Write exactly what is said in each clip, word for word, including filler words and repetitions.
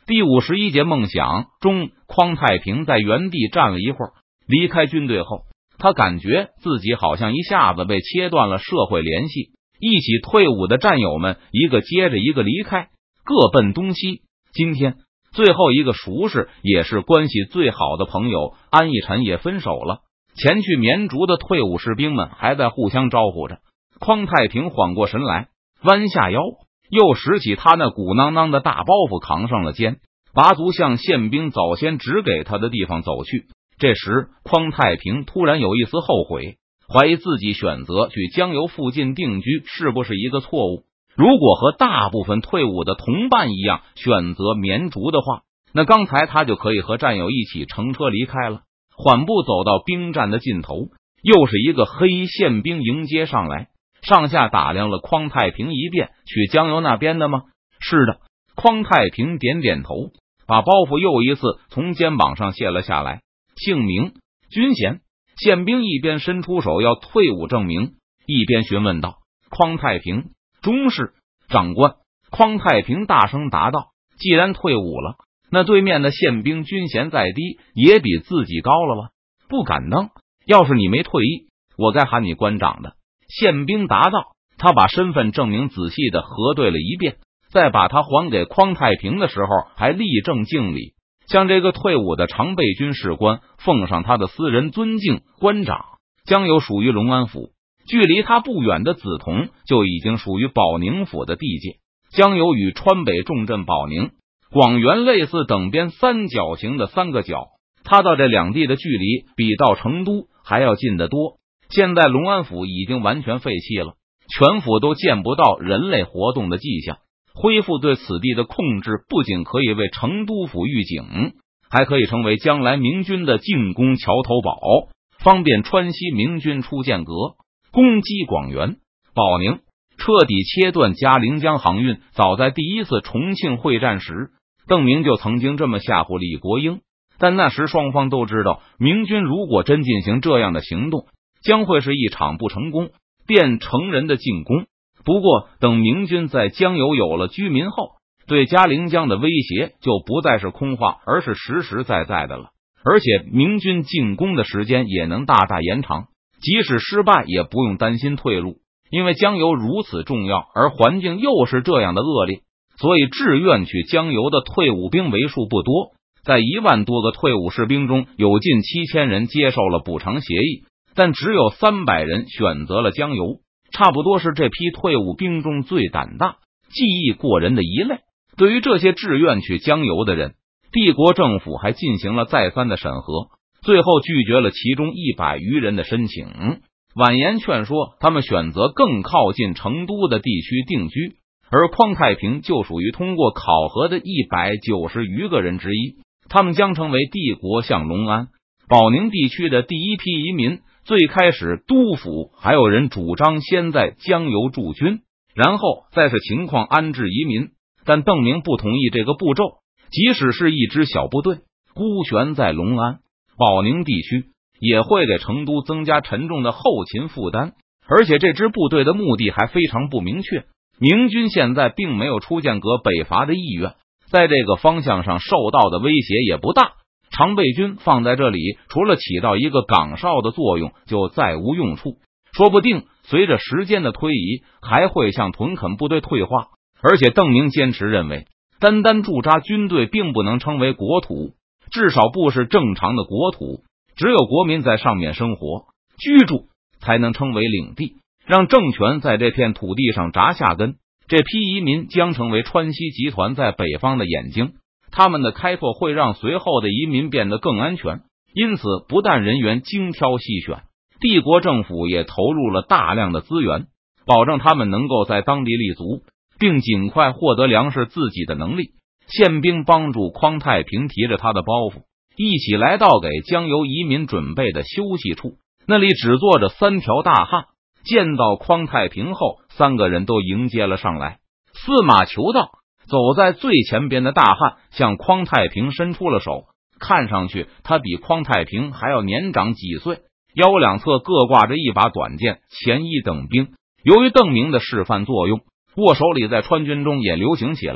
第五十一节梦想中，匡太平在原地站了一会儿，离开军队后，他感觉自己好像一下子被切断了社会联系，一起退伍的战友们一个接着一个离开，各奔东西。今天最后一个熟识也是关系最好的朋友安逸臣也分手了，前去绵竹的退伍士兵们还在互相招呼着。匡太平缓过神来，弯下腰，又拾起他那鼓囊囊的大包袱扛上了肩，拔足向宪兵早先指给他的地方走去。这时匡太平突然有一丝后悔，怀疑自己选择去江油附近定居是不是一个错误。如果和大部分退伍的同伴一样选择绵竹的话，那刚才他就可以和战友一起乘车离开了。缓步走到兵站的尽头，又是一个黑衣宪兵迎接上来，上下打量了匡太平一遍。去江油那边的吗？是的。匡太平点点头，把包袱又一次从肩膀上卸了下来。姓名、军衔。宪兵一边伸出手要退伍证明，一边询问道：匡太平，中士。长官。匡太平大声答道：既然退伍了，那对面的宪兵军衔再低也比自己高了吧？不敢当，要是你没退役，我该喊你官长的。宪兵答道。他把身份证明仔细的核对了一遍，在把他还给匡太平的时候还立正敬礼，向这个退伍的常备军士官奉上他的私人尊敬。官长。江油属于隆安府，距离他不远的梓潼就已经属于保宁府的地界。江油与川北重镇保宁、广元类似等边三角形的三个角，他到这两地的距离比到成都还要近得多。现在隆安府已经完全废弃了，全府都见不到人类活动的迹象。恢复对此地的控制，不仅可以为成都府预警，还可以成为将来明军的进攻桥头堡，方便川西明军出剑阁攻击广元、保宁，彻底切断嘉陵江航运。早在第一次重庆会战时，邓明就曾经这么吓唬李国英，但那时双方都知道，明军如果真进行这样的行动，将会是一场不成功便成仁的进攻。不过等明军在江油有了居民后，对嘉陵江的威胁就不再是空话，而是实实在在的了。而且明军进攻的时间也能大大延长，即使失败也不用担心退路，因为江油如此重要，而环境又是这样的恶劣，所以志愿去江油的退伍兵为数不多。在一万多个退伍士兵中，有近七千人接受了补偿协议，但只有三百人选择了江油，差不多是这批退伍兵中最胆大、技艺过人的一类。对于这些志愿去江油的人，帝国政府还进行了再三的审核，最后拒绝了其中一百余人的申请，婉言劝说他们选择更靠近成都的地区定居。而匡太平就属于通过考核的一百九十余个人之一，他们将成为帝国向隆安、保宁地区的第一批移民。最开始督府还有人主张先在江油驻军，然后再是情况安置移民，但邓明不同意这个步骤。即使是一支小部队孤悬在隆安、保宁地区，也会给成都增加沉重的后勤负担，而且这支部队的目的还非常不明确。明军现在并没有出剑阁北伐的意愿，在这个方向上受到的威胁也不大。常备军放在这里，除了起到一个岗哨的作用，就再无用处。说不定随着时间的推移，还会向屯垦部队退化。而且邓明坚持认为，单单驻扎军队并不能称为国土，至少不是正常的国土，只有国民在上面生活居住，才能称为领地，让政权在这片土地上扎下根。这批移民将成为川西集团在北方的眼睛，他们的开拓会让随后的移民变得更安全。因此不但人员精挑细选，帝国政府也投入了大量的资源，保证他们能够在当地立足，并尽快获得粮食自给的能力。宪兵帮助匡太平提着他的包袱，一起来到给江油移民准备的休息处，那里只坐着三条大汉。见到匡太平后，三个人都迎接了上来，司马求道。走在最前边的大汉向匡太平伸出了手，看上去他比匡太平还要年长几岁，腰两侧各挂着一把短剑，前一等兵。由于邓明的示范作用，握手礼在川军中也流行起来，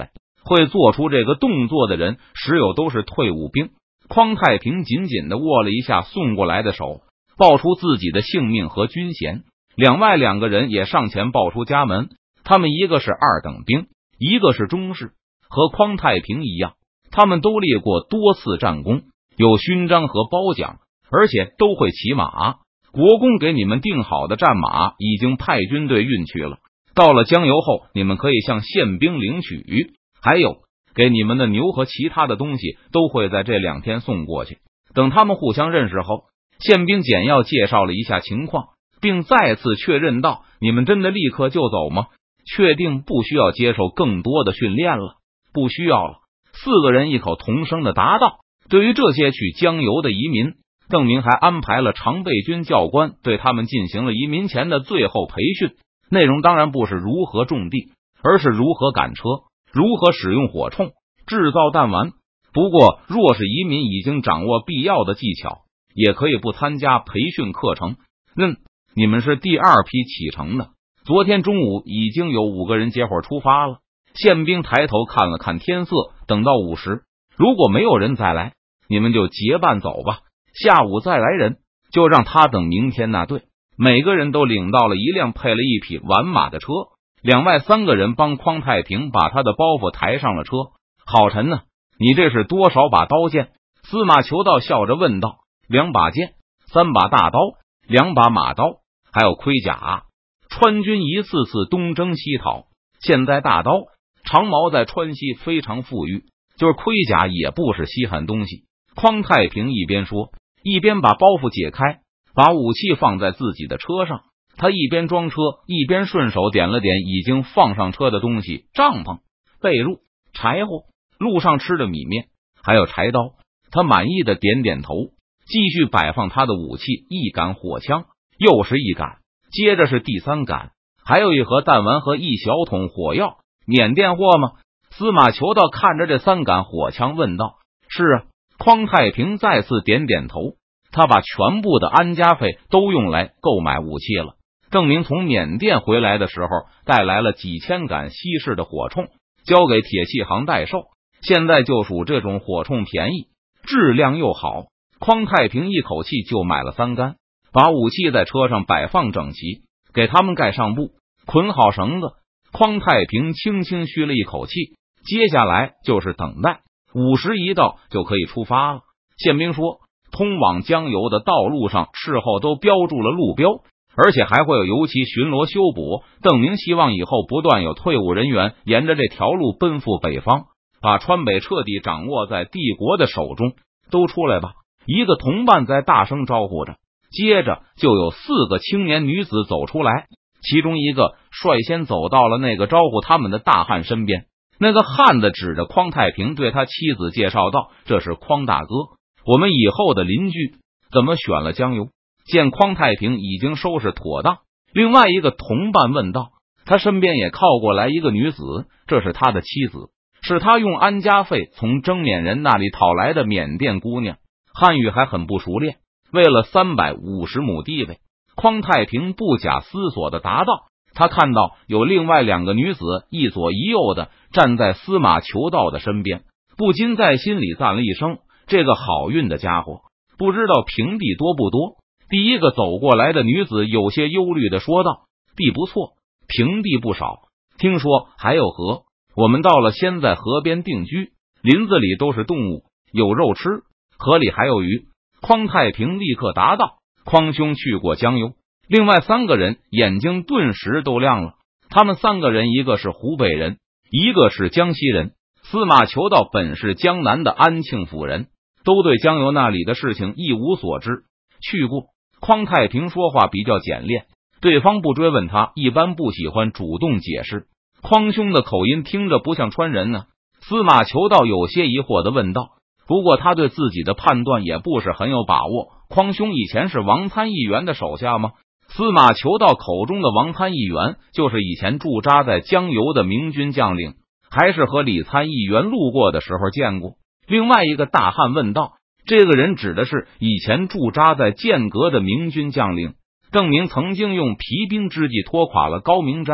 会做出这个动作的人十有都是退伍兵。匡太平紧紧地握了一下送过来的手，报出自己的姓名和军衔。两外两个人也上前报出家门，他们一个是二等兵，一个是中士，和匡太平一样，他们都立过多次战功，有勋章和褒奖，而且都会骑马。国公给你们定好的战马已经派军队运去了，到了江油后，你们可以向宪兵领取，还有给你们的牛和其他的东西都会在这两天送过去。等他们互相认识后，宪兵简要介绍了一下情况，并再次确认道：你们真的立刻就走吗？确定不需要接受更多的训练了？不需要了。四个人异口同声的答道。对于这些去江油的移民，邓明还安排了常备军教官对他们进行了移民前的最后培训，内容当然不是如何种地，而是如何赶车，如何使用火铳，制造弹丸。不过若是移民已经掌握必要的技巧，也可以不参加培训课程。嗯，你们是第二批启程的，昨天中午已经有五个人接伙出发了。宪兵抬头看了看天色，等到午时，如果没有人再来，你们就结伴走吧，下午再来人就让他等明天那队。每个人都领到了一辆配了一匹完马的车，两外三个人帮匡太平把他的包袱抬上了车。好沉呢，你这是多少把刀剑？司马求道笑着问道。两把剑，三把大刀，两把马刀，还有盔甲。川军一次次东征西讨，现在大刀长矛在川西非常富裕，就是盔甲也不是稀罕东西。匡太平一边说，一边把包袱解开，把武器放在自己的车上。他一边装车，一边顺手点了点已经放上车的东西：帐篷、被褥、柴火、路上吃的米面，还有柴刀。他满意的点点头，继续摆放他的武器：一杆火枪，又是一杆，接着是第三杆，还有一盒弹丸和一小桶火药。缅甸货吗？司马求道看着这三杆火枪问道。是啊。匡太平再次点点头，他把全部的安家费都用来购买武器了。郑明从缅甸回来的时候带来了几千杆西式的火铳，交给铁器行代售。现在就属这种火铳便宜，质量又好。匡太平一口气就买了三杆，把武器在车上摆放整齐，给他们盖上布，捆好绳子。匡太平轻轻吁了一口气，接下来就是等待。午时一到就可以出发了。宪兵说，通往江油的道路上事后都标注了路标，而且还会有油漆巡逻修补。邓明希望以后不断有退伍人员沿着这条路奔赴北方，把川北彻底掌握在帝国的手中。都出来吧！一个同伴在大声招呼着，接着就有四个青年女子走出来，其中一个率先走到了那个招呼他们的大汉身边。那个汉子指着匡太平对他妻子介绍道：这是匡大哥，我们以后的邻居。怎么选了江油？见匡太平已经收拾妥当，另外一个同伴问道。他身边也靠过来一个女子，这是他的妻子，是他用安家费从征缅人那里讨来的缅甸姑娘，汉语还很不熟练。为了三百五十亩地位，匡太平不假思索的答道。他看到有另外两个女子一左一右的站在司马求道的身边，不禁在心里赞了一声，这个好运的家伙，不知道平地多不多。第一个走过来的女子有些忧虑的说道，地不错，平地不少，听说还有河，我们到了先在河边定居，林子里都是动物，有肉吃，河里还有鱼。匡太平立刻答道，匡兄去过江油。另外三个人眼睛顿时都亮了，他们三个人一个是湖北人，一个是江西人。司马求道本是江南的安庆府人，都对江油那里的事情一无所知。去过。匡太平说话比较简练，对方不追问他，一般不喜欢主动解释。匡兄的口音听着不像川人呢。司马求道有些疑惑的问道，不过他对自己的判断也不是很有把握。匡兄以前是王参议员的手下吗？司马求道口中的王参议员就是以前驻扎在江油的明军将领，还是和李参议员路过的时候见过？另外一个大汉问道，这个人指的是以前驻扎在剑阁的明军将领。郑明曾经用疲兵之计拖垮了高明瞻，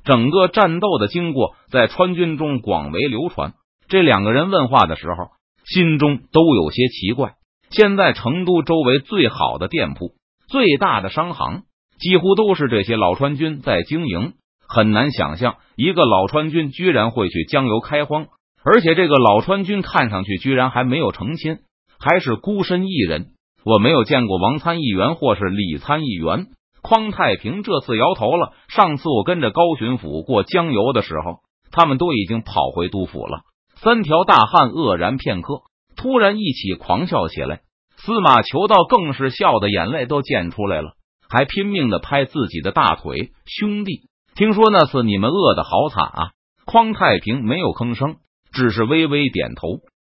整个战斗的经过在川军中广为流传。这两个人问话的时候，心中都有些奇怪。现在成都周围最好的店铺、最大的商行，几乎都是这些老川军在经营。很难想象一个老川军居然会去江油开荒，而且这个老川军看上去居然还没有成亲，还是孤身一人。我没有见过王参议员或是李参议员。匡太平这次摇头了，上次我跟着高巡抚过江油的时候，他们都已经跑回督府了。三条大汉愕然片刻，突然一起狂笑起来。司马求道更是笑的眼泪都溅出来了，还拼命的拍自己的大腿。兄弟，听说那次你们饿得好惨啊？匡太平没有吭声，只是微微点头。